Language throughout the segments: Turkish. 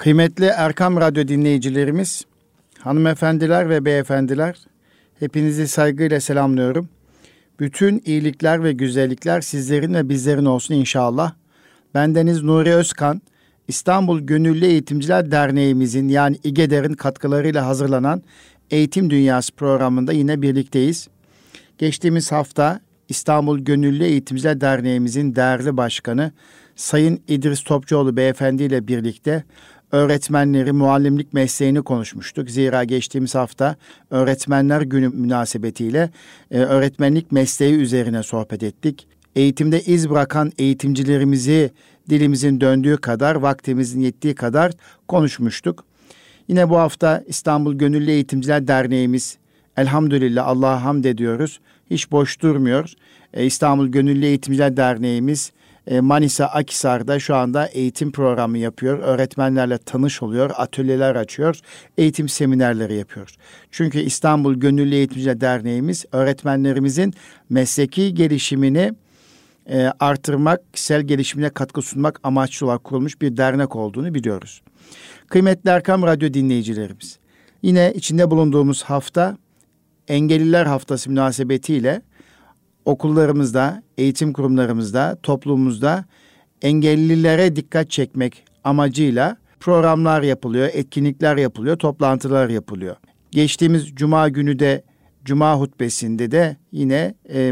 Kıymetli Erkam Radyo dinleyicilerimiz, hanımefendiler ve beyefendiler, hepinizi saygıyla selamlıyorum. Bütün iyilikler ve güzellikler sizlerin ve bizlerin olsun inşallah. Bendeniz Nuri Özkan, İstanbul Gönüllü Eğitimciler Derneğimizin yani İGEDER'in katkılarıyla hazırlanan Eğitim Dünyası programında yine birlikteyiz. Geçtiğimiz hafta İstanbul Gönüllü Eğitimciler Derneğimizin değerli başkanı Sayın İdris Topçuoğlu Beyefendi ile birlikte öğretmenleri, muallimlik mesleğini konuşmuştuk. Zira geçtiğimiz hafta Öğretmenler Günü münasebetiyle öğretmenlik mesleği üzerine sohbet ettik. Eğitimde iz bırakan eğitimcilerimizi dilimizin döndüğü kadar, vaktimizin yettiği kadar konuşmuştuk. Yine bu hafta İstanbul Gönüllü Eğitimciler Derneğimiz, elhamdülillah Allah'a hamd ediyoruz, hiç boş durmuyor. İstanbul Gönüllü Eğitimciler Derneğimiz Manisa Akhisar'da şu anda eğitim programı yapıyor. Öğretmenlerle tanış oluyor, atölyeler açıyor, eğitim seminerleri yapıyor. Çünkü İstanbul Gönüllü Eğitimciler Derneğimiz öğretmenlerimizin mesleki gelişimini artırmak, kişisel gelişimine katkı sunmak amaçlı olarak kurulmuş bir dernek olduğunu biliyoruz. Kıymetli Erkam Radyo dinleyicilerimiz, yine içinde bulunduğumuz hafta Engelliler Haftası münasebetiyle okullarımızda, eğitim kurumlarımızda, toplumumuzda engellilere dikkat çekmek amacıyla programlar yapılıyor, etkinlikler yapılıyor, toplantılar yapılıyor. Geçtiğimiz Cuma günü de Cuma hutbesinde de yine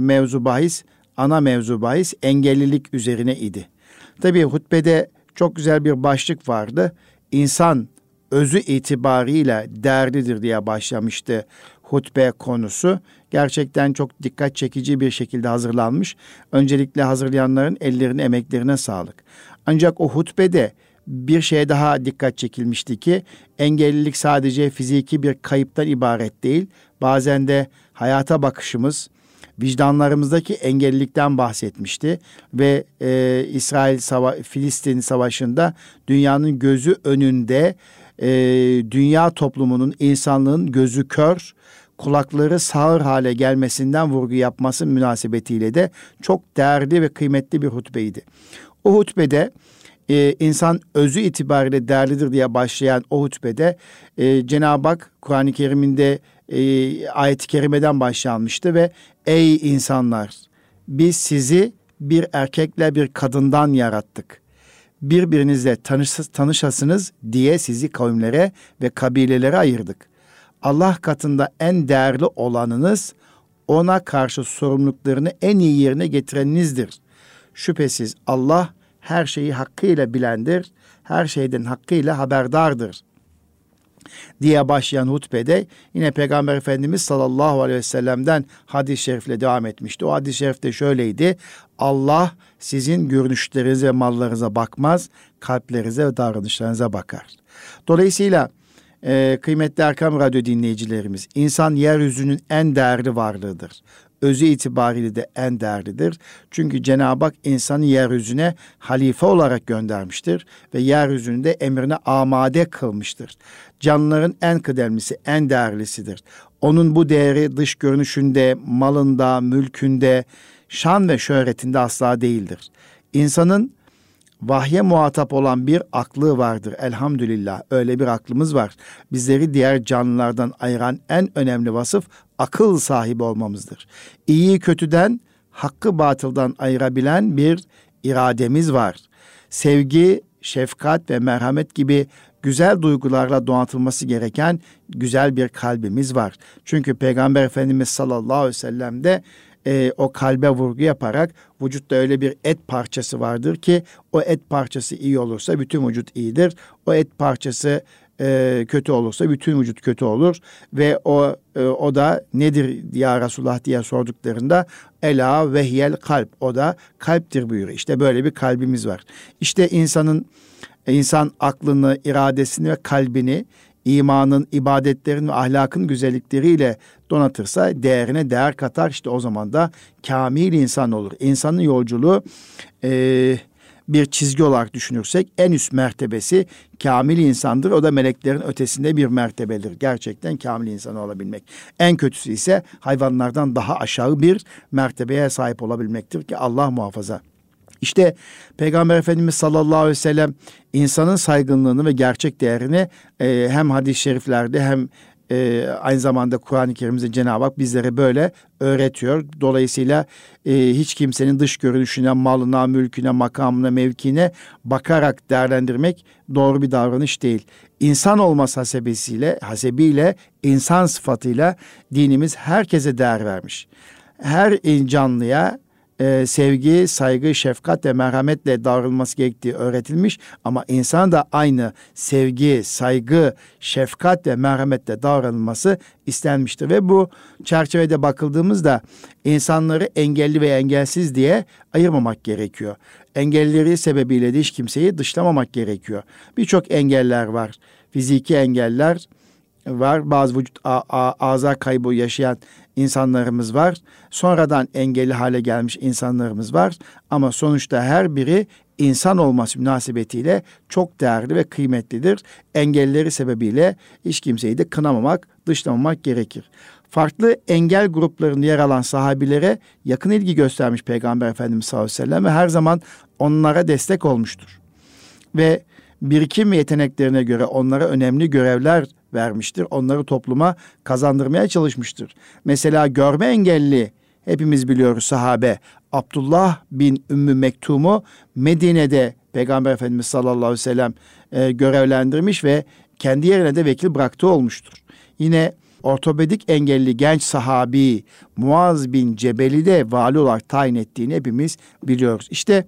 ana mevzu bahis engellilik üzerine idi. Tabii hutbede çok güzel bir başlık vardı. İnsan özü itibariyle değerlidir diye başlamıştı hutbe konusu. Gerçekten çok dikkat çekici bir şekilde hazırlanmış. Öncelikle hazırlayanların ellerine, emeklerine sağlık. Ancak o hutbede bir şeye daha dikkat çekilmişti ki engellilik sadece fiziki bir kayıptan ibaret değil. Bazen de hayata bakışımız, vicdanlarımızdaki engellilikten bahsetmişti ve İsrail-Filistin savaşında dünyanın gözü önünde dünya toplumunun, insanlığın gözü kör, kulakları sağır hale gelmesinden vurgu yapması münasebetiyle de çok değerli ve kıymetli bir hutbeydi. O hutbede insan özü itibariyle değerlidir diye başlayan o hutbede Cenab-ı Hak Kur'an-ı Kerim'inde ayet-i kerimeden başlanmıştı ve ey insanlar, biz sizi bir erkekle bir kadından yarattık. Birbirinizle tanışasınız diye sizi kavimlere ve kabilelere ayırdık. Allah katında en değerli olanınız, ona karşı sorumluluklarını en iyi yerine getireninizdir. Şüphesiz Allah her şeyi hakkıyla bilendir, her şeyden hakkıyla haberdardır diye başlayan hutbede yine Peygamber Efendimiz sallallahu aleyhi ve sellem'den hadis-i şerifle devam etmişti. O hadis-i şerifte şöyleydi: Allah sizin görünüşlerinize ve mallarınıza bakmaz, kalplerinize ve davranışlarınıza bakar. Dolayısıyla kıymetli Erkam Radyo dinleyicilerimiz, insan yeryüzünün en değerli varlığıdır. Özü itibariyle de en değerlidir. Çünkü Cenab-ı Hak insanı yeryüzüne halife olarak göndermiştir ve yeryüzünde emrine amade kılmıştır. Canlıların en kıdemlisi, en değerlisidir. Onun bu değeri dış görünüşünde, malında, mülkünde, şan ve şöhretinde asla değildir. İnsanın vahye muhatap olan bir aklı vardır. Elhamdülillah öyle bir aklımız var. Bizleri diğer canlılardan ayıran en önemli vasıf akıl sahibi olmamızdır. İyiyi kötüden, hakkı batıldan ayırabilen bir irademiz var. Sevgi, şefkat ve merhamet gibi güzel duygularla donatılması gereken güzel bir kalbimiz var. Çünkü Peygamber Efendimiz sallallahu aleyhi ve sellem de o kalbe vurgu yaparak vücutta öyle bir et parçası vardır ki o et parçası iyi olursa bütün vücut iyidir. O et parçası kötü olursa bütün vücut kötü olur ve o da nedir ya Resulullah diye sorduklarında ela vehiyel kalp, o da kalptir buyuruyor. İşte böyle bir kalbimiz var. İşte insan aklını, iradesini ve kalbini imanın, ibadetlerin ve ahlakın güzellikleriyle donatırsa değerine değer katar. İşte o zaman da kamil insan olur. İnsanın yolculuğu bir çizgi olarak düşünürsek en üst mertebesi kamil insandır. O da meleklerin ötesinde bir mertebedir. Gerçekten kamil insan olabilmek. En kötüsü ise hayvanlardan daha aşağı bir mertebeye sahip olabilmektir ki Allah muhafaza. İşte Peygamber Efendimiz sallallahu aleyhi ve sellem insanın saygınlığını ve gerçek değerini hem hadis-i şeriflerde hem aynı zamanda Kur'an-ı Kerim'de Cenab-ı Hak bizlere böyle öğretiyor. Dolayısıyla hiç kimsenin dış görünüşüne, malına, mülküne, makamına, mevkine bakarak değerlendirmek doğru bir davranış değil. İnsan olması hasebiyle, insan sıfatıyla dinimiz herkese değer vermiş. Her canlıya sevgi, saygı, şefkat ve merhametle davranılması gerektiği öğretilmiş ama insan da aynı sevgi, saygı, şefkat ve merhametle davranılması istenmiştir. Ve bu çerçevede bakıldığımızda insanları engelli ve engelsiz diye ayırmamak gerekiyor. Engelleri sebebiyle de hiç kimseyi dışlamamak gerekiyor. Birçok engeller var. Fiziki engeller var. Bazı vücut ağza kaybı yaşayan insanlarımız var. Sonradan engelli hale gelmiş insanlarımız var. Ama sonuçta her biri insan olması münasebetiyle çok değerli ve kıymetlidir. Engelleri sebebiyle hiç kimseyi de kınamamak, dışlamamak gerekir. Farklı engel gruplarında yer alan sahabilere yakın ilgi göstermiş Peygamber Efendimiz sallallahu aleyhi ve sellem ve her zaman onlara destek olmuştur. Ve birikim yeteneklerine göre onlara önemli görevler vermiştir. Onları topluma kazandırmaya çalışmıştır. Mesela görme engelli, hepimiz biliyoruz, sahabe Abdullah bin Ümmü Mektum'u Medine'de Peygamber Efendimiz sallallahu aleyhi ve sellem görevlendirmiş ve kendi yerine de vekil bıraktığı olmuştur. Yine ortopedik engelli genç sahabi Muaz bin Cebel'i de vali olarak tayin ettiğini hepimiz biliyoruz. İşte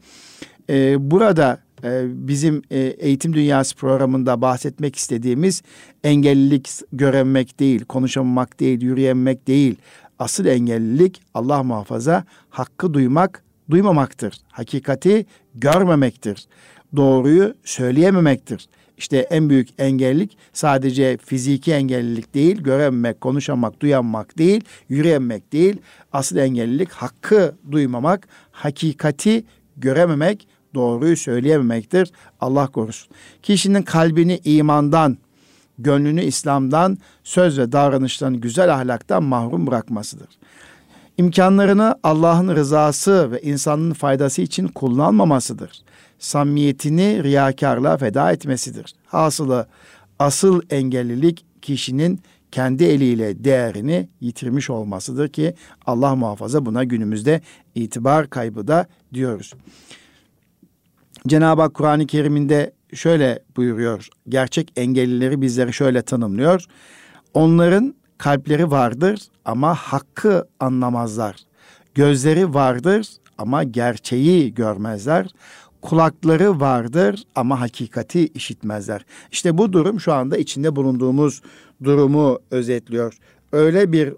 burada bizim Eğitim Dünyası programında bahsetmek istediğimiz engellilik görememek değil, konuşamamak değil, yürüyememek değil. Asıl engellilik Allah muhafaza hakkı duymamaktır. Hakikati görmemektir. Doğruyu söyleyememektir. İşte en büyük engellilik sadece fiziki engellilik değil, görememek, konuşamak, duyamamak değil, yürüyememek değil. Asıl engellilik hakkı duymamak, hakikati görememek, doğruyu söyleyememektir. Allah korusun. Kişinin kalbini imandan, gönlünü İslam'dan, söz ve davranışlarını güzel ahlaktan mahrum bırakmasıdır. İmkanlarını Allah'ın rızası ve insanlığın faydası için kullanmamasıdır. Samimiyetini riyakarlığa feda etmesidir. Hasılı asıl engellilik kişinin kendi eliyle değerini yitirmiş olmasıdır ki Allah muhafaza buna günümüzde itibar kaybı da diyoruz. Cenab-ı Hak Kur'an-ı Kerim'inde şöyle buyuruyor. Gerçek engellileri bizlere şöyle tanımlıyor. Onların kalpleri vardır ama hakkı anlamazlar. Gözleri vardır ama gerçeği görmezler. Kulakları vardır ama hakikati işitmezler. İşte bu durum şu anda içinde bulunduğumuz durumu özetliyor. Öyle bir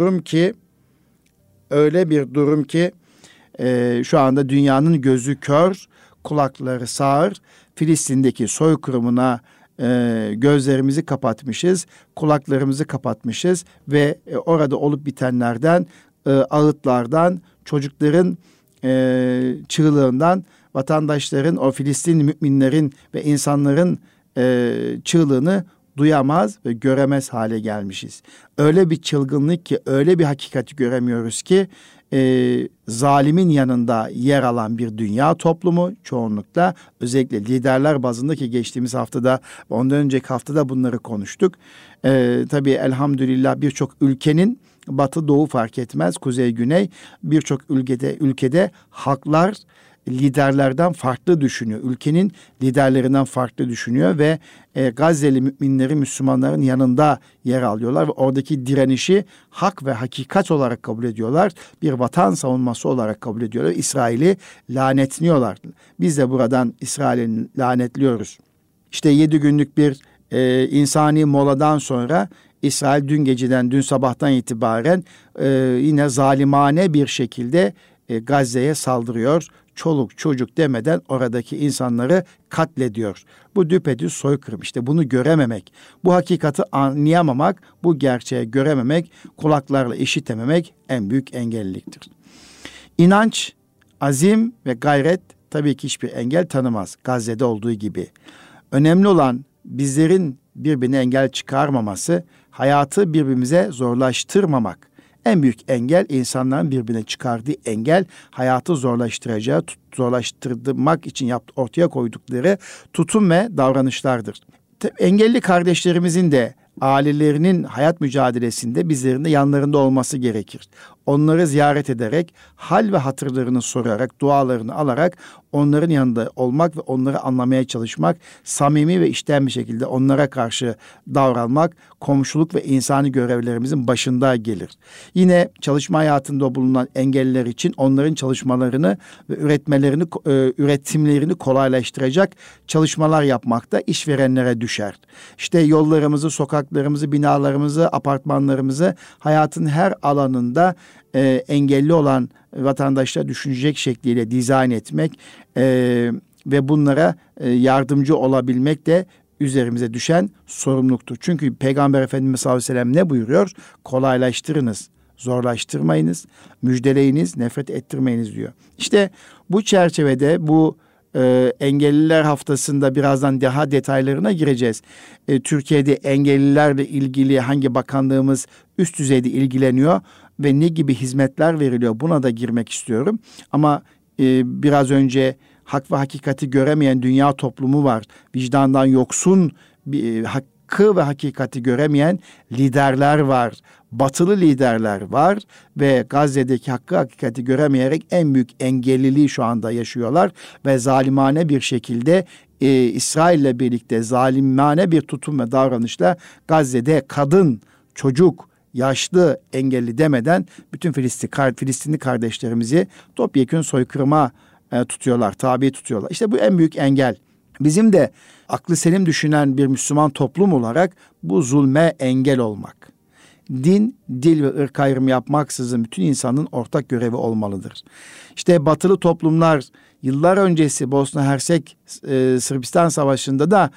durum ki şu anda dünyanın gözü kör, kulakları sağır. Filistin'deki soykırımına gözlerimizi kapatmışız, kulaklarımızı kapatmışız ve orada olup bitenlerden, ağıtlardan, çocukların çığlığından, vatandaşların, o Filistin müminlerin ve insanların çığlığını duyamaz ve göremez hale gelmişiz. Öyle bir çılgınlık ki, öyle bir hakikati göremiyoruz ki zalimin yanında yer alan bir dünya toplumu çoğunlukla, özellikle liderler bazındaki geçtiğimiz haftada, ondan önceki haftada bunları konuştuk. Tabii elhamdülillah birçok ülkenin, batı doğu fark etmez, kuzey güney, birçok ülkede halklar liderlerden farklı düşünüyor. Ülkenin liderlerinden farklı düşünüyor ve Gazze'li müminleri, Müslümanların yanında yer alıyorlar ve oradaki direnişi hak ve hakikat olarak kabul ediyorlar. Bir vatan savunması olarak kabul ediyorlar. İsrail'i lanetliyorlar. Biz de buradan İsrail'i lanetliyoruz. İşte 7 günlük bir insani moladan sonra İsrail dün sabahtan itibaren yine zalimane bir şekilde Gazze'ye saldırıyor. Çoluk çocuk demeden oradaki insanları katlediyor. Bu düpedüz soykırım. İşte bunu görememek, bu hakikati anlayamamak, bu gerçeği görememek, kulaklarla işitememek en büyük engelliliktir. İnanç, azim ve gayret tabii ki hiçbir engel tanımaz. Gazze'de olduğu gibi. Önemli olan bizlerin birbirine engel çıkarmaması, hayatı birbirimize zorlaştırmamak. En büyük engel, insanların birbirine çıkardığı engel, hayatı zorlaştırmak için ortaya koydukları tutum ve davranışlardır. Engelli kardeşlerimizin de ailelerinin hayat mücadelesinde bizlerin de yanlarında olması gerekir. Onları ziyaret ederek, hal ve hatırlarını sorarak, dualarını alarak onların yanında olmak ve onları anlamaya çalışmak, samimi ve içten bir şekilde onlara karşı davranmak, komşuluk ve insani görevlerimizin başında gelir. Yine çalışma hayatında bulunan engelliler için onların çalışmalarını ve üretimlerini kolaylaştıracak çalışmalar yapmak da işverenlere düşer. İşte yollarımızı, sokaklarımızı, binalarımızı, apartmanlarımızı hayatın her alanında engelli olan vatandaşlar düşünecek şekliyle dizayn etmek ve bunlara yardımcı olabilmek de üzerimize düşen sorumluluktur. Çünkü Peygamber Efendimiz sallallahu aleyhi ve sellem ne buyuruyor? Kolaylaştırınız, zorlaştırmayınız, müjdeleyiniz, nefret ettirmeyiniz diyor. İşte bu çerçevede bu Engelliler Haftası'nda birazdan daha detaylarına gireceğiz. Türkiye'de engellilerle ilgili hangi bakanlığımız üst düzeyde ilgileniyor ve ne gibi hizmetler veriliyor, buna da girmek istiyorum. Ama biraz önce hak ve hakikati göremeyen dünya toplumu var. Vicdandan yoksun, hakkı ve hakikati göremeyen liderler var. Batılı liderler var ve Gazze'deki hakkı hakikati göremeyerek en büyük engelliliği şu anda yaşıyorlar ve zalimane bir şekilde İsrail'le birlikte zalimane bir tutum ve davranışla Gazze'de kadın, çocuk, yaşlı, engelli demeden bütün Filistinli kardeşlerimizi topyekün soykırıma tutuyorlar, tabi tutuyorlar. İşte bu en büyük engel. Bizim de aklı selim düşünen bir Müslüman toplum olarak bu zulme engel olmak. Din, dil ve ırk ayrımı yapmaksızın bütün insanın ortak görevi olmalıdır. İşte batılı toplumlar yıllar öncesi Bosna Hersek Sırbistan Savaşı'nda da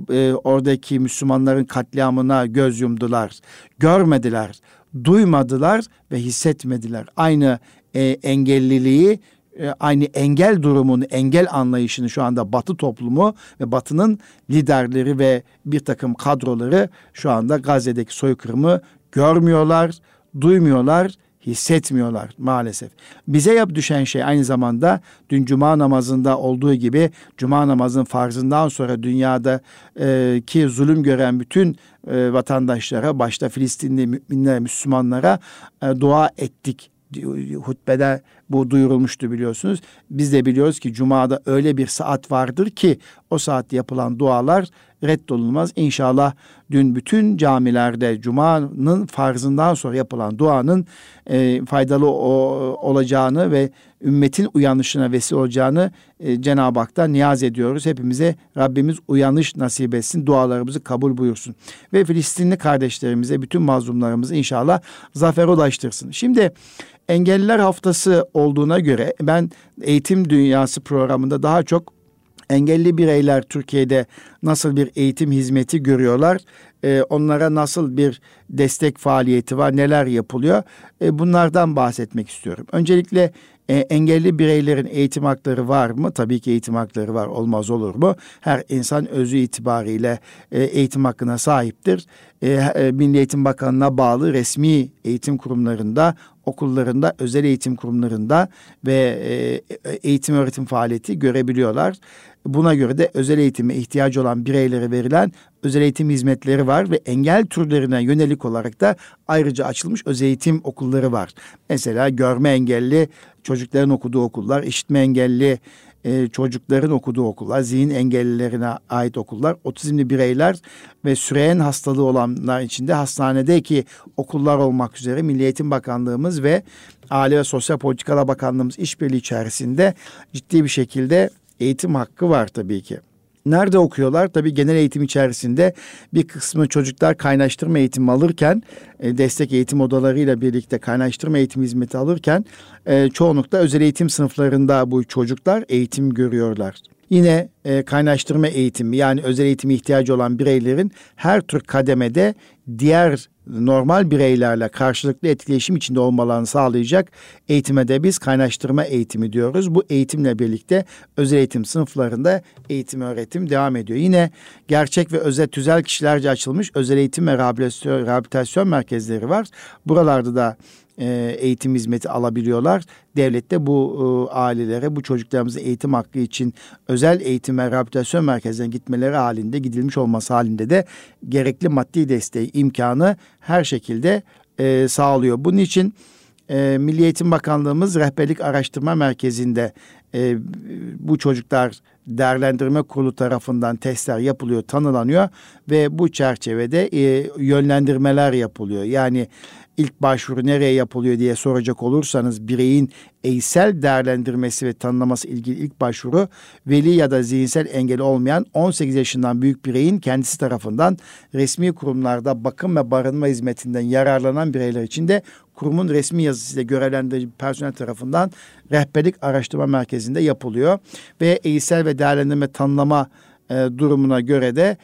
oradaki Müslümanların katliamına göz yumdular. Görmediler, duymadılar ve hissetmediler. Aynı engelliliği, aynı engel durumunu, engel anlayışını şu anda Batı toplumu ve Batı'nın liderleri ve bir takım kadroları şu anda Gazze'deki soykırımı görmüyorlar, duymuyorlar, hissetmiyorlar maalesef. Bize düşen şey aynı zamanda dün Cuma namazında olduğu gibi Cuma namazının farzından sonra dünyada ki zulüm gören bütün vatandaşlara, başta Filistinli müminlere, Müslümanlara dua ettik. Hutbede bu duyurulmuştu biliyorsunuz. Biz de biliyoruz ki Cuma'da öyle bir saat vardır ki o saatte yapılan dualar reddolunmaz. İnşallah dün bütün camilerde Cuma'nın farzından sonra yapılan duanın faydalı olacağını ve ümmetin uyanışına vesile olacağını Cenab-ı Hak'tan niyaz ediyoruz. Hepimize Rabbimiz uyanış nasip etsin, dualarımızı kabul buyursun. Ve Filistinli kardeşlerimize, bütün mazlumlarımızı inşallah zafer ulaştırsın. Şimdi Engelliler Haftası olduğuna göre ben Eğitim Dünyası programında daha çok engelli bireyler Türkiye'de nasıl bir eğitim hizmeti görüyorlar, onlara nasıl bir destek faaliyeti var, neler yapılıyor, bunlardan bahsetmek istiyorum. Öncelikle engelli bireylerin eğitim hakları var mı? Tabii ki eğitim hakları var, olmaz olur mu? Her insan özü itibariyle eğitim hakkına sahiptir. Milli Eğitim Bakanlığı'na bağlı resmi eğitim kurumlarında, okullarında, özel eğitim kurumlarında ve eğitim öğretim faaliyeti görebiliyorlar. Buna göre de özel eğitime ihtiyacı olan bireylere verilen özel eğitim hizmetleri var ve engel türlerine yönelik olarak da ayrıca açılmış özel eğitim okulları var. Mesela görme engelli çocukların okuduğu okullar, işitme engelli çocukların okuduğu okullar, zihin engellilerine ait okullar, otizmli bireyler ve süreyen hastalığı olanlar için de hastanedeki okullar olmak üzere Milli Eğitim Bakanlığımız ve Aile ve Sosyal Politikalar Bakanlığımız işbirliği içerisinde ciddi bir şekilde eğitim hakkı var tabii ki. Nerede okuyorlar? Tabii genel eğitim içerisinde bir kısmı çocuklar kaynaştırma eğitimi alırken, destek eğitim odalarıyla birlikte kaynaştırma eğitim hizmeti alırken çoğunlukla özel eğitim sınıflarında bu çocuklar eğitim görüyorlar. Yine kaynaştırma eğitimi, yani özel eğitime ihtiyacı olan bireylerin her tür kademede diğer normal bireylerle karşılıklı etkileşim içinde olmalarını sağlayacak eğitime de biz kaynaştırma eğitimi diyoruz. Bu eğitimle birlikte özel eğitim sınıflarında eğitim öğretim devam ediyor. Yine gerçek ve özel tüzel kişilerce açılmış özel eğitim ve rehabilitasyon merkezleri var. Buralarda da eğitim hizmeti alabiliyorlar. Devlet de bu ailelere, bu çocuklarımızın eğitim hakkı için özel eğitim ve rehabilitasyon merkezlerine gitmeleri halinde, gidilmiş olması halinde de gerekli maddi desteği, imkanı her şekilde sağlıyor. Bunun için Milli Eğitim Bakanlığımız Rehberlik Araştırma Merkezi'nde bu çocuklar değerlendirme kurulu tarafından testler yapılıyor, tanılanıyor ve bu çerçevede yönlendirmeler yapılıyor. Yani İlk başvuru nereye yapılıyor diye soracak olursanız bireyin eğitsel değerlendirmesi ve tanımlaması ilgili ilk başvuru veli ya da zihinsel engeli olmayan 18 yaşından büyük bireyin kendisi tarafından resmi kurumlarda bakım ve barınma hizmetinden yararlanan bireyler için de kurumun resmi yazısıyla görevlendirici personel tarafından rehberlik araştırma merkezinde yapılıyor. Ve eğitsel ve değerlendirme tanımlama durumuna göre de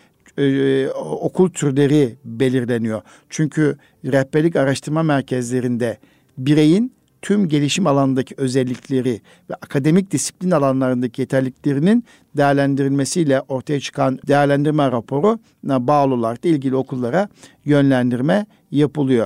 okul türleri belirleniyor. Çünkü rehberlik araştırma merkezlerinde bireyin tüm gelişim alanındaki özellikleri ve akademik disiplin alanlarındaki yeterliliklerinin değerlendirilmesiyle ortaya çıkan değerlendirme raporuna bağlı olarak da ilgili okullara yönlendirme yapılıyor.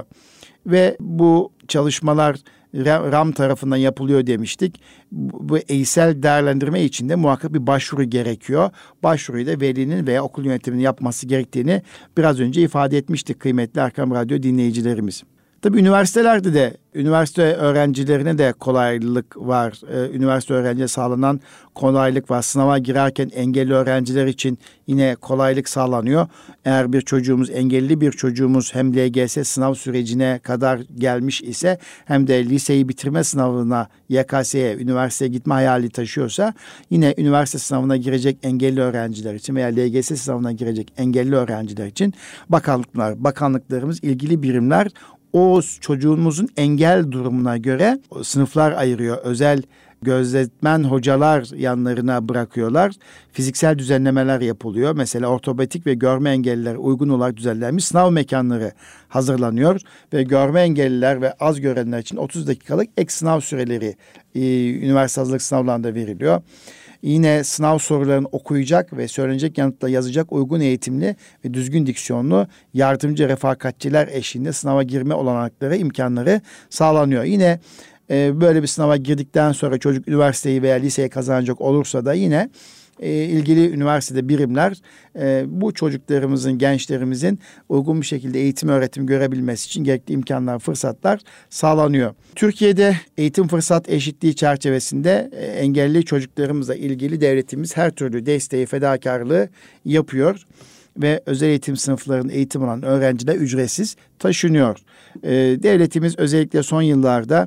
Ve bu çalışmalar RAM tarafından yapılıyor demiştik. Bu eğitsel değerlendirme için de muhakkak bir başvuru gerekiyor. Başvuruyu da velinin veya okul yönetiminin yapması gerektiğini biraz önce ifade etmiştik kıymetli Erkam Radyo dinleyicilerimiz. Tabii üniversitelerde de, üniversite öğrencilerine de kolaylık var. Üniversite öğrenciye sağlanan kolaylık var. Sınava girerken engelli öğrenciler için yine kolaylık sağlanıyor. Eğer bir çocuğumuz, engelli bir çocuğumuz hem LGS sınav sürecine kadar gelmiş ise hem de liseyi bitirme sınavına, YKS'ye, üniversiteye gitme hayali taşıyorsa yine üniversite sınavına girecek engelli öğrenciler için veya LGS sınavına girecek engelli öğrenciler için bakanlıklarımız, ilgili birimler o çocuğumuzun engel durumuna göre sınıflar ayırıyor. Özel gözetmen hocalar yanlarına bırakıyorlar. Fiziksel düzenlemeler yapılıyor. Mesela ortopedik ve görme engellilere uygun olarak düzenlenmiş sınav mekanları hazırlanıyor. Ve görme engelliler ve az görenler için 30 dakikalık ek sınav süreleri üniversite hazırlık sınavlarında veriliyor. Yine sınav sorularını okuyacak ve söylenecek yanıtla yazacak uygun eğitimli ve düzgün diksiyonlu yardımcı refakatçiler eşliğinde sınava girme olanakları, imkanları sağlanıyor. Yine böyle bir sınava girdikten sonra çocuk üniversiteyi veya liseyi kazanacak olursa da yine ilgili üniversitede birimler bu çocuklarımızın, gençlerimizin uygun bir şekilde eğitim öğretim görebilmesi için gerekli imkanlar, fırsatlar sağlanıyor. Türkiye'de eğitim fırsat eşitliği çerçevesinde engelli çocuklarımızla ilgili devletimiz her türlü desteği, fedakarlığı yapıyor ve özel eğitim sınıflarının eğitim alan öğrenciler ücretsiz taşınıyor. Devletimiz özellikle son yıllarda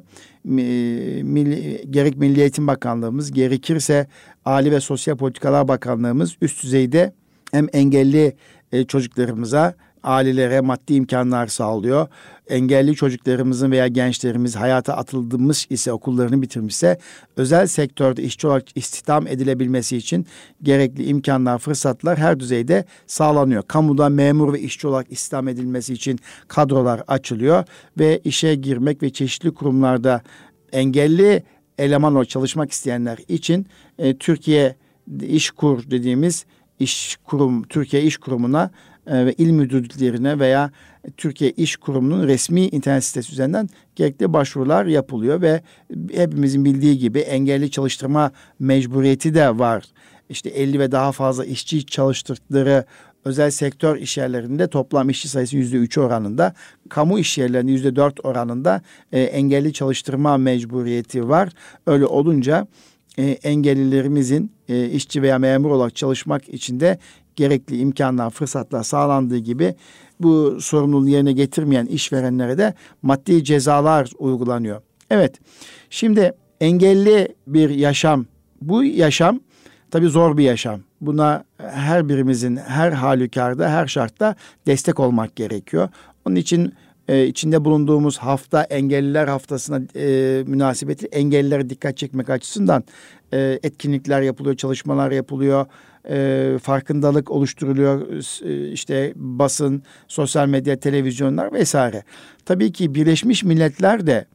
gerek Milli Eğitim Bakanlığımız, gerekirse Aile ve Sosyal Politikalar Bakanlığımız üst düzeyde hem engelli çocuklarımıza, ailelere maddi imkanlar sağlıyor. Engelli çocuklarımızın veya gençlerimiz hayata atılmış ise, okullarını bitirmişse özel sektörde işçi olarak istihdam edilebilmesi için gerekli imkanlar, fırsatlar her düzeyde sağlanıyor. Kamuda memur ve işçi olarak istihdam edilmesi için kadrolar açılıyor ve işe girmek ve çeşitli kurumlarda engelli eleman olarak çalışmak isteyenler için Türkiye İşkur dediğimiz Türkiye İş Kurumu'na ve il müdürlüklerine veya Türkiye İş Kurumu'nun resmi internet sitesi üzerinden gerekli başvurular yapılıyor ve hepimizin bildiği gibi engelli çalıştırma mecburiyeti de var. İşte 50 ve daha fazla işçi çalıştırdıkları özel sektör işyerlerinde toplam işçi sayısı %3 oranında, kamu işyerlerinde %4 oranında engelli çalıştırma mecburiyeti var. Öyle olunca engellilerimizin işçi veya memur olarak çalışmak için de gerekli imkanlar, fırsatlar sağlandığı gibi bu sorumluluğu yerine getirmeyen işverenlere de maddi cezalar uygulanıyor. Evet, şimdi engelli bir yaşam, bu yaşam tabii zor bir yaşam. Buna her birimizin her halükarda, her şartta destek olmak gerekiyor. Onun için içinde bulunduğumuz hafta, Engelliler Haftası'na münasebeti engellilere dikkat çekmek açısından etkinlikler yapılıyor, çalışmalar yapılıyor. farkındalık oluşturuluyor. İşte basın, sosyal medya, televizyonlar vesaire. Tabii ki Birleşmiş Milletler de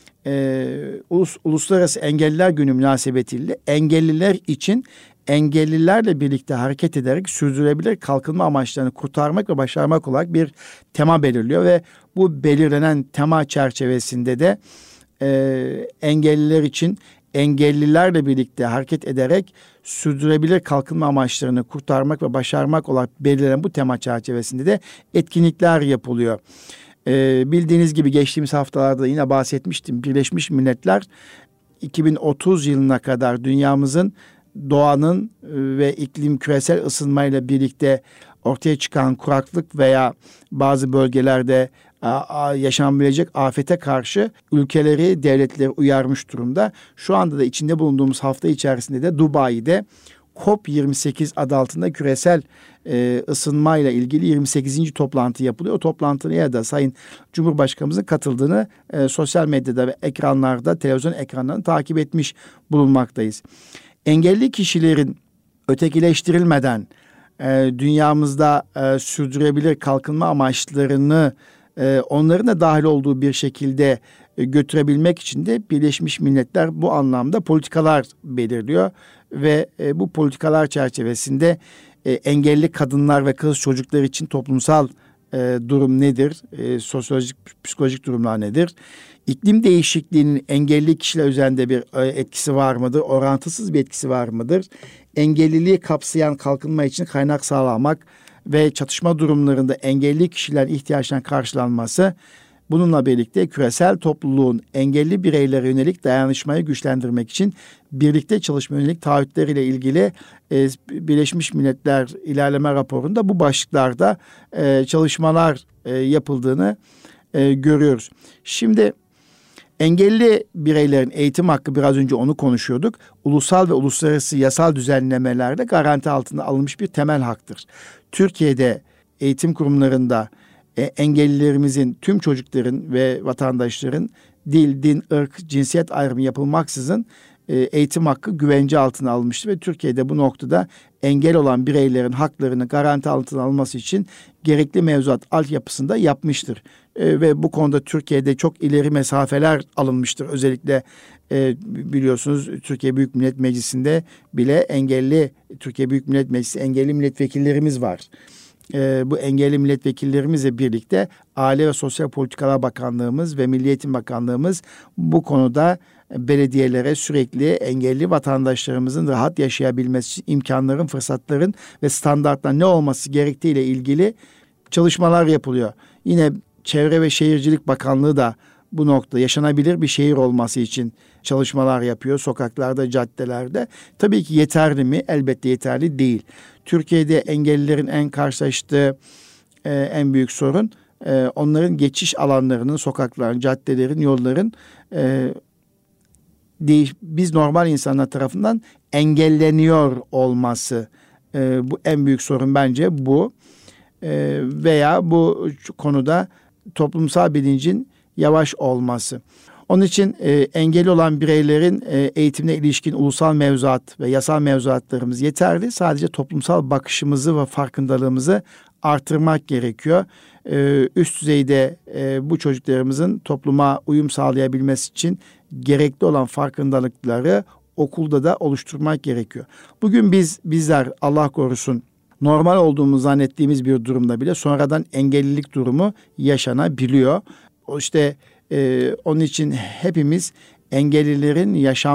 Uluslararası Engelliler Günü münasebetiyle engelliler için engellilerle birlikte hareket ederek sürdürülebilir kalkınma amaçlarını kurtarmak ve başarmak olarak bir tema belirliyor ve bu belirlenen tema çerçevesinde de engelliler için engellilerle birlikte hareket ederek sürdürülebilir kalkınma amaçlarını kurtarmak ve başarmak olarak belirlenen bu tema çerçevesinde de etkinlikler yapılıyor. Bildiğiniz gibi geçtiğimiz haftalarda yine bahsetmiştim. Birleşmiş Milletler 2030 yılına kadar dünyamızın doğanın ve iklim küresel ısınmayla birlikte ortaya çıkan kuraklık veya bazı bölgelerde yaşanabilecek afete karşı ülkeleri, devletleri uyarmış durumda. Şu anda da içinde bulunduğumuz hafta içerisinde de Dubai'de COP28 adı altında küresel ısınmayla ilgili 28. toplantı yapılıyor. O toplantıya da Sayın Cumhurbaşkanımızın katıldığını sosyal medyada ve ekranlarda, televizyon ekranlarını takip etmiş bulunmaktayız. Engelli kişilerin ötekileştirilmeden dünyamızda sürdürülebilir kalkınma amaçlarını onların da dahil olduğu bir şekilde götürebilmek için de Birleşmiş Milletler bu anlamda politikalar belirliyor ve bu politikalar çerçevesinde engelli kadınlar ve kız çocuklar için toplumsal durum nedir? Sosyolojik, psikolojik durumlar nedir? İklim değişikliğinin engelli kişiler üzerinde bir etkisi var mıdır? Orantısız bir etkisi var mıdır? Engelliliği kapsayan kalkınma için kaynak sağlamak ve çatışma durumlarında engelli kişilerin ihtiyaçlarının karşılanması, bununla birlikte küresel topluluğun engelli bireylere yönelik dayanışmayı güçlendirmek için birlikte çalışma yönelik taahhütleriyle ilgili Birleşmiş Milletler ilerleme raporunda bu başlıklarda çalışmalar yapıldığını görüyoruz. Şimdi engelli bireylerin eğitim hakkı, biraz önce onu konuşuyorduk. Ulusal ve uluslararası yasal düzenlemelerde garanti altında alınmış bir temel haktır. Türkiye'de eğitim kurumlarında engellilerimizin, tüm çocukların ve vatandaşların dil, din, ırk, cinsiyet ayrımı yapılmaksızın eğitim hakkı güvence altına alınmıştır ve Türkiye'de bu noktada engel olan bireylerin haklarını garanti altına alması için gerekli mevzuat altyapısında yapmıştır. Ve bu konuda Türkiye'de çok ileri mesafeler alınmıştır. Özellikle biliyorsunuz Türkiye Büyük Millet Meclisi'nde bile Türkiye Büyük Millet Meclisi engelli milletvekillerimiz var. Bu engelli milletvekillerimizle birlikte Aile ve Sosyal Politikalar Bakanlığımız ve Milli Eğitim Bakanlığımız bu konuda belediyelere sürekli engelli vatandaşlarımızın rahat yaşayabilmesi için imkanların, fırsatların ve standartların ne olması gerektiğiyle ilgili çalışmalar yapılıyor. Yine Çevre ve Şehircilik Bakanlığı da bu noktada yaşanabilir bir şehir olması için çalışmalar yapıyor sokaklarda, caddelerde. Tabii ki yeterli mi? Elbette yeterli değil. Türkiye'de engellilerin en karşılaştığı en büyük sorun onların geçiş alanlarının, sokakların, caddelerin, yolların biz normal insanlar tarafından engelleniyor olması. Bu en büyük sorun bence bu. Veya bu konuda toplumsal bilincin yavaş olması. Onun için engelli olan bireylerin eğitimine ilişkin ulusal mevzuat ve yasal mevzuatlarımız yeterli. Sadece toplumsal bakışımızı ve farkındalığımızı artırmak gerekiyor. Üst düzeyde bu çocuklarımızın topluma uyum sağlayabilmesi için gerekli olan farkındalıkları okulda da oluşturmak gerekiyor. Bugün bizler Allah korusun normal olduğumuzu zannettiğimiz bir durumda bile sonradan engellilik durumu yaşanabiliyor. Onun için hepimiz engellilerin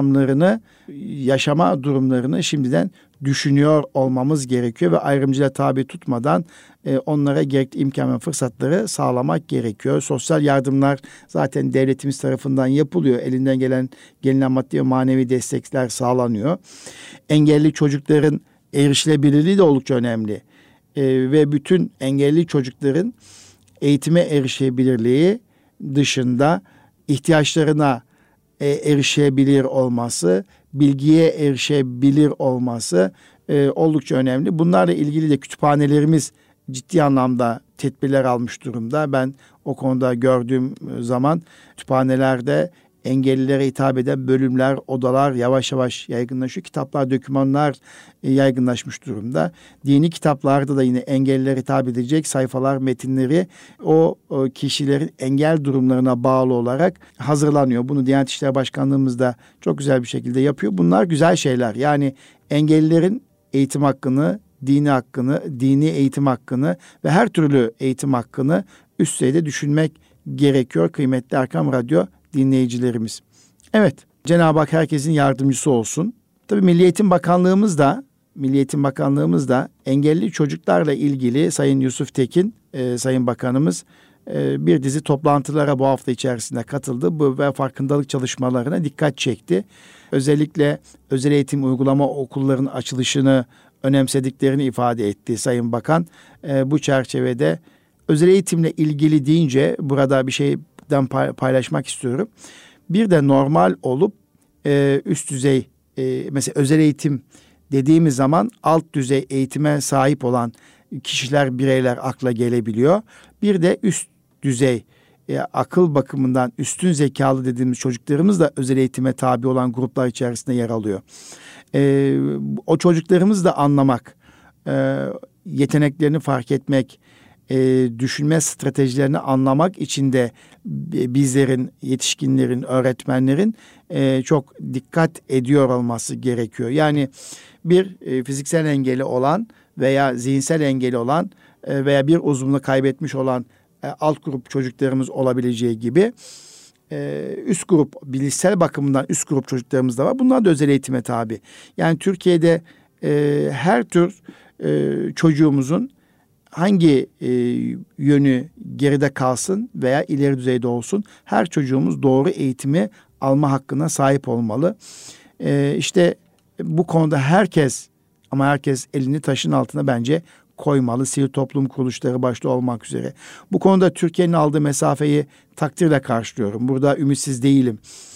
yaşama durumlarını şimdiden düşünüyor olmamız gerekiyor ve ayrımcılığa tabi tutmadan onlara gerekli imkan ve fırsatları sağlamak gerekiyor. Sosyal yardımlar zaten devletimiz tarafından yapılıyor. Elinden gelinen maddi ve manevi destekler sağlanıyor. Engelli çocukların erişilebilirliği de oldukça önemli. Ve bütün engelli çocukların eğitime erişebilirliği dışında ihtiyaçlarına erişebilir olması, bilgiye erişebilir olması oldukça önemli. Bunlarla ilgili de kütüphanelerimiz ciddi anlamda tedbirler almış durumda. Ben o konuda gördüğüm zaman kütüphanelerde engellilere hitap eden bölümler, odalar yavaş yavaş yaygınlaşıyor. Kitaplar, dokümanlar yaygınlaşmış durumda. Dini kitaplarda da yine engellilere hitap edecek sayfalar, metinleri o kişilerin engel durumlarına bağlı olarak hazırlanıyor. Bunu Diyanet İşleri Başkanlığımız da çok güzel bir şekilde yapıyor. Bunlar güzel şeyler. Yani engellilerin eğitim hakkını, dini hakkını, dini eğitim hakkını ve her türlü eğitim hakkını üst düzeyde düşünmek gerekiyor kıymetli Erkam Radyo dinleyicilerimiz. Evet, Cenab-ı Hak herkesin yardımcısı olsun. Tabii Milli Eğitim Bakanlığımız da engelli çocuklarla ilgili Sayın Yusuf Tekin, Sayın Bakanımız bir dizi toplantılara bu hafta içerisinde katıldı. Bu ve farkındalık çalışmalarına dikkat çekti. Özellikle özel eğitim uygulama okullarının açılışını önemsediklerini ifade etti Sayın Bakan. Bu çerçevede özel eğitimle ilgili deyince burada bir şeyden paylaşmak istiyorum. Bir de normal olup üst düzey mesela özel eğitim dediğimiz zaman alt düzey eğitime sahip olan kişiler, bireyler akla gelebiliyor. Bir de üst düzey akıl bakımından üstün zekalı dediğimiz çocuklarımız da özel eğitime tabi olan gruplar içerisinde yer alıyor. O çocuklarımızı da anlamak, yeteneklerini fark etmek, düşünme stratejilerini anlamak için de bizlerin, yetişkinlerin, öğretmenlerin çok dikkat ediyor olması gerekiyor. Yani bir fiziksel engeli olan veya zihinsel engeli olan veya bir uzvunu kaybetmiş olan alt grup çocuklarımız olabileceği gibi üst grup, bilişsel bakımından üst grup çocuklarımız da var. Bunlar da özel eğitime tabi. Yani Türkiye'de her tür çocuğumuzun hangi yönü geride kalsın veya ileri düzeyde olsun, her çocuğumuz doğru eğitimi alma hakkına sahip olmalı. İşte bu konuda herkes elini taşın altına bence koymalı. Sivil toplum kuruluşları başta olmak üzere. Bu konuda Türkiye'nin aldığı mesafeyi takdirle karşılıyorum. Burada ümitsiz değilim.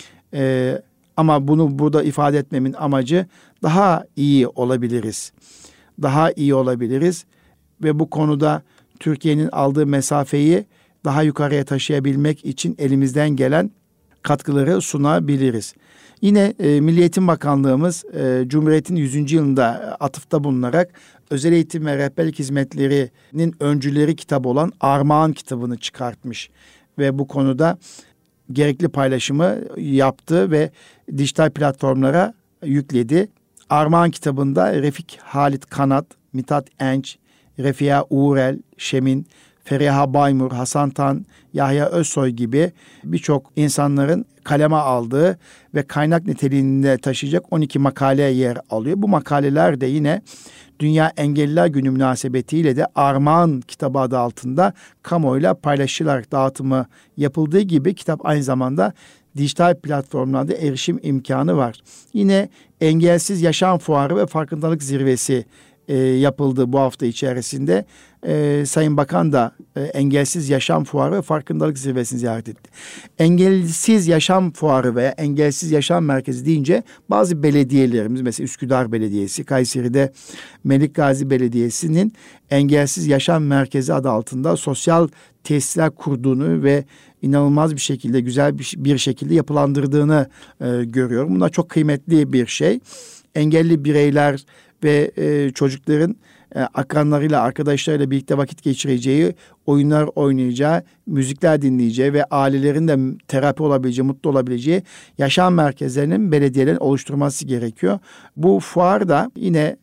Ama bunu burada ifade etmemin amacı daha iyi olabiliriz. Daha iyi olabiliriz. Ve bu konuda Türkiye'nin aldığı mesafeyi daha yukarıya taşıyabilmek için elimizden gelen katkıları sunabiliriz. Yine Milli Eğitim Bakanlığımız Cumhuriyet'in 100. yılında atıfta bulunarak özel eğitim ve rehberlik hizmetlerinin öncüleri kitabı olan Armağan kitabını çıkartmış. Ve bu konuda gerekli paylaşımı yaptı ve dijital platformlara yükledi. Armağan kitabında Refik Halit Kanat, Mithat Enç, Refia Uğurel, Şemin, Feriha Baymur, Hasan Tan, Yahya Özsoy gibi birçok insanların kaleme aldığı ve kaynak niteliğinde taşıyacak 12 makale yer alıyor. Bu makaleler de yine Dünya Engelliler Günü münasebetiyle de Armağan kitabı adı altında kamuoyuyla paylaşılarak dağıtımı yapıldığı gibi kitap aynı zamanda dijital platformlarda erişim imkanı var. Yine Engelsiz Yaşam Fuarı ve Farkındalık Zirvesi yapıldı bu hafta içerisinde. Sayın Bakan da Engelsiz Yaşam Fuarı ve Farkındalık Zirvesi'ni ziyaret etti. Engelsiz Yaşam Fuarı veya Engelsiz Yaşam Merkezi deyince bazı belediyelerimiz, mesela Üsküdar Belediyesi, Kayseri'de Melik Gazi Belediyesi'nin Engelsiz Yaşam Merkezi adı altında sosyal tesisler kurduğunu ve inanılmaz bir şekilde, güzel bir şekilde yapılandırdığını görüyorum. Bunlar çok kıymetli bir şey. Engelli bireyler ve çocukların akranlarıyla, arkadaşlarıyla birlikte vakit geçireceği, oyunlar oynayacağı, müzikler dinleyeceği ve ailelerin de terapi olabileceği, mutlu olabileceği yaşam merkezlerinin belediyelerin oluşturması gerekiyor. Bu fuar da yine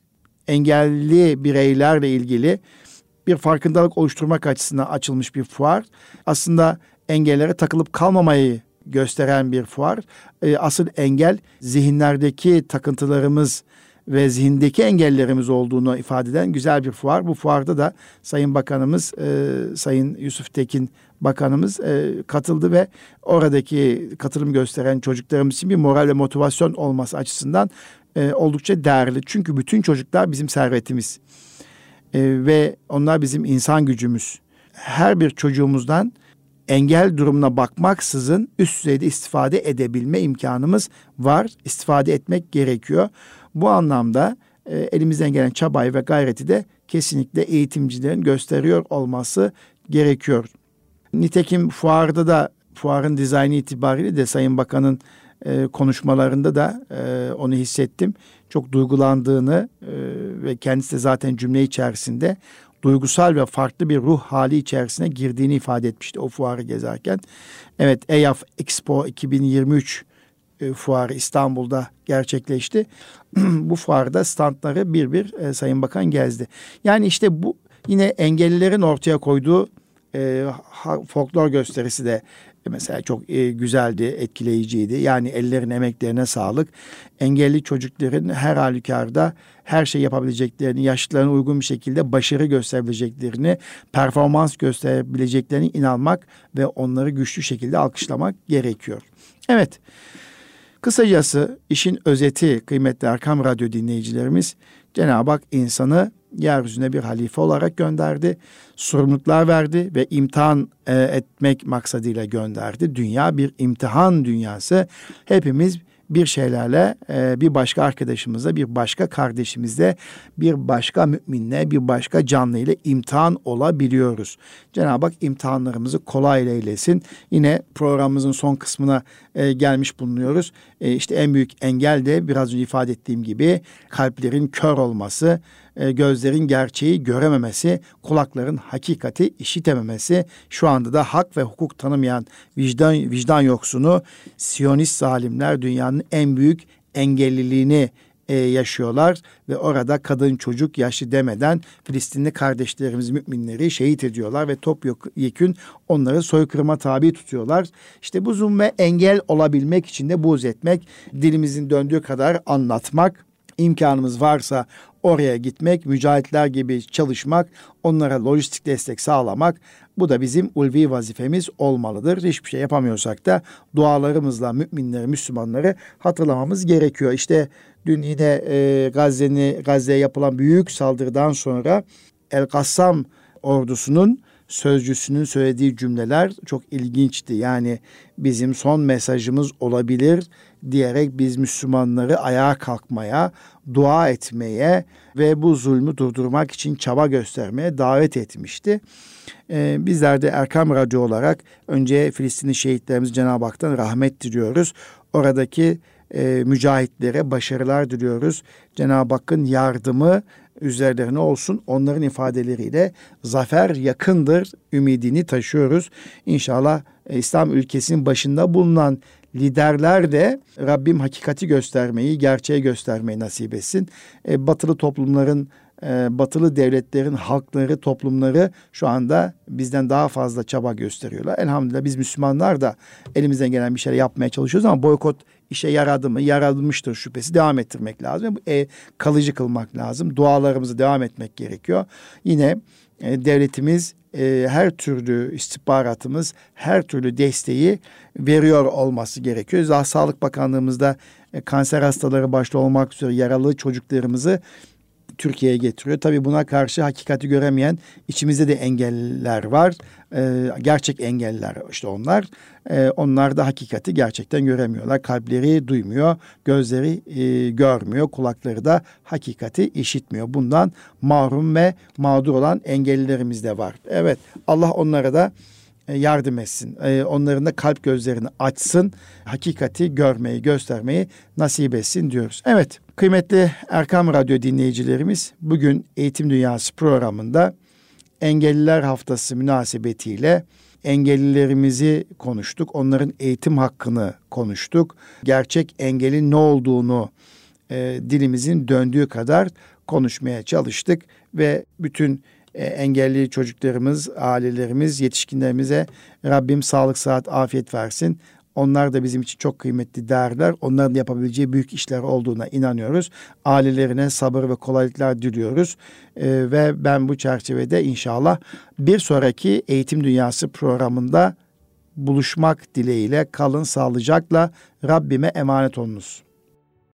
engelli bireylerle ilgili bir farkındalık oluşturmak açısından açılmış bir fuar. Aslında engellere takılıp kalmamayı gösteren bir fuar. Asıl engel zihinlerdeki takıntılarımız ve zihindeki engellerimiz olduğunu ifade eden güzel bir fuar. Bu fuarda da Sayın Bakanımız, Sayın Yusuf Tekin Bakanımız katıldı ve oradaki katılım gösteren çocuklarımız için bir moral ve motivasyon olması açısından oldukça değerli. Çünkü bütün çocuklar bizim servetimiz ve onlar bizim insan gücümüz. Her bir çocuğumuzdan engel durumuna bakmaksızın üst düzeyde istifade edebilme imkanımız var. İstifade etmek gerekiyor. Bu anlamda elimizden gelen çabayı ve gayreti de kesinlikle eğitimcilerin gösteriyor olması gerekiyor. Nitekim fuarda da fuarın dizaynı itibariyle de Sayın Bakan'ın konuşmalarında da onu hissettim. Çok duygulandığını ve kendisi de zaten cümle içerisinde duygusal ve farklı bir ruh hali içerisine girdiğini ifade etmişti o fuarı gezerken. Evet, EYAF Expo 2023 fuarı İstanbul'da gerçekleşti. Bu fuarda standları bir Sayın Bakan gezdi. Yani işte bu yine engellilerin ortaya koyduğu folklor gösterisi de mesela çok güzeldi, etkileyiciydi. Yani ellerin emeklerine sağlık. Engelli çocukların her halükarda her şey yapabileceklerini, yaşlarına uygun bir şekilde başarı gösterebileceklerini, performans gösterebileceklerine inanmak ve onları güçlü şekilde alkışlamak gerekiyor. Evet, kısacası işin özeti kıymetli Erkam Radyo dinleyicilerimiz, Cenab-ı Hak insanı yeryüzüne bir halife olarak gönderdi. Sorumluluklar verdi ve imtihan etmek maksadıyla gönderdi. Dünya bir imtihan dünyası. Hepimiz bir şeylerle bir başka arkadaşımızla, bir başka kardeşimizle, bir başka müminle, bir başka canlı ile imtihan olabiliyoruz. Cenab-ı Hak imtihanlarımızı kolay eylesin. Yine programımızın son kısmına gelmiş bulunuyoruz. İşte en büyük engel de biraz önce ifade ettiğim gibi kalplerin kör olması, gözlerin gerçeği görememesi, kulakların hakikati işitememesi, şu anda da hak ve hukuk tanımayan vicdan yoksunu Siyonist zalimler dünyanın en büyük engelliliğini yaşıyorlar ve orada kadın, çocuk, yaşlı demeden Filistinli kardeşlerimiz, müminleri şehit ediyorlar ve topyekün onları soykırıma tabi tutuyorlar. İşte bu zulme engel olabilmek için de buğz etmek, dilimizin döndüğü kadar anlatmak, imkanımız varsa oraya gitmek, mücahitler gibi çalışmak, onlara lojistik destek sağlamak, bu da bizim ulvi vazifemiz olmalıdır. Hiçbir şey yapamıyorsak da dualarımızla müminleri, Müslümanları hatırlamamız gerekiyor. İşte dün yine Gazze'ye yapılan büyük saldırıdan sonra El-Kassam ordusunun sözcüsünün söylediği cümleler çok ilginçti. Yani bizim son mesajımız olabilir diyerek biz Müslümanları ayağa kalkmaya, dua etmeye ve bu zulmü durdurmak için çaba göstermeye davet etmişti. Bizler de Erkam Radyo olarak önce Filistinli şehitlerimiz Cenab-ı Hak'tan rahmet diliyoruz. Oradaki mücahitlere başarılar diliyoruz. Cenab-ı Hakk'ın yardımı üzerlerine olsun. Onların ifadeleriyle zafer yakındır ümidini taşıyoruz. İnşallah İslam ülkesinin başında bulunan liderler de Rabbim hakikati göstermeyi, gerçeği göstermeyi nasip etsin. Batılı toplumların, batılı devletlerin halkları, toplumları şu anda bizden daha fazla çaba gösteriyorlar. Elhamdülillah biz Müslümanlar da elimizden gelen bir şeyler yapmaya çalışıyoruz ama boykot işe yaradı mı? Yaratılmıştır şüphesi. Devam ettirmek lazım. Kalıcı kılmak lazım. Dualarımızı devam etmek gerekiyor. Yine devletimiz her türlü istihbaratımız, her türlü desteği veriyor olması gerekiyor. Sağlık Bakanlığımızda kanser hastaları başta olmak üzere yaralı çocuklarımızı Türkiye'ye getiriyor. Tabii buna karşı hakikati göremeyen içimizde de engelliler var. Gerçek engelliler işte onlar. Onlar da hakikati gerçekten göremiyorlar. Kalpleri duymuyor, gözleri görmüyor, kulakları da hakikati işitmiyor. Bundan mahrum ve mağdur olan engellilerimiz de var. Evet, Allah onlara da yardım etsin. Onların da kalp gözlerini açsın. Hakikati görmeyi, göstermeyi nasip etsin diyoruz. Evet, kıymetli Erkam Radyo dinleyicilerimiz, bugün Eğitim Dünyası programında Engelliler Haftası münasebetiyle engellilerimizi konuştuk. Onların eğitim hakkını konuştuk. Gerçek engelin ne olduğunu dilimizin döndüğü kadar konuşmaya çalıştık ve bütün engelli çocuklarımız, ailelerimiz, yetişkinlerimize Rabbim sağlık, sıhhat, afiyet versin. Onlar da bizim için çok kıymetli değerler. Onların yapabileceği büyük işler olduğuna inanıyoruz. Ailelerine sabır ve kolaylıklar diliyoruz. Ve ben bu çerçevede inşallah bir sonraki Eğitim Dünyası programında buluşmak dileğiyle kalın sağlıcakla, Rabbime emanet olunuz.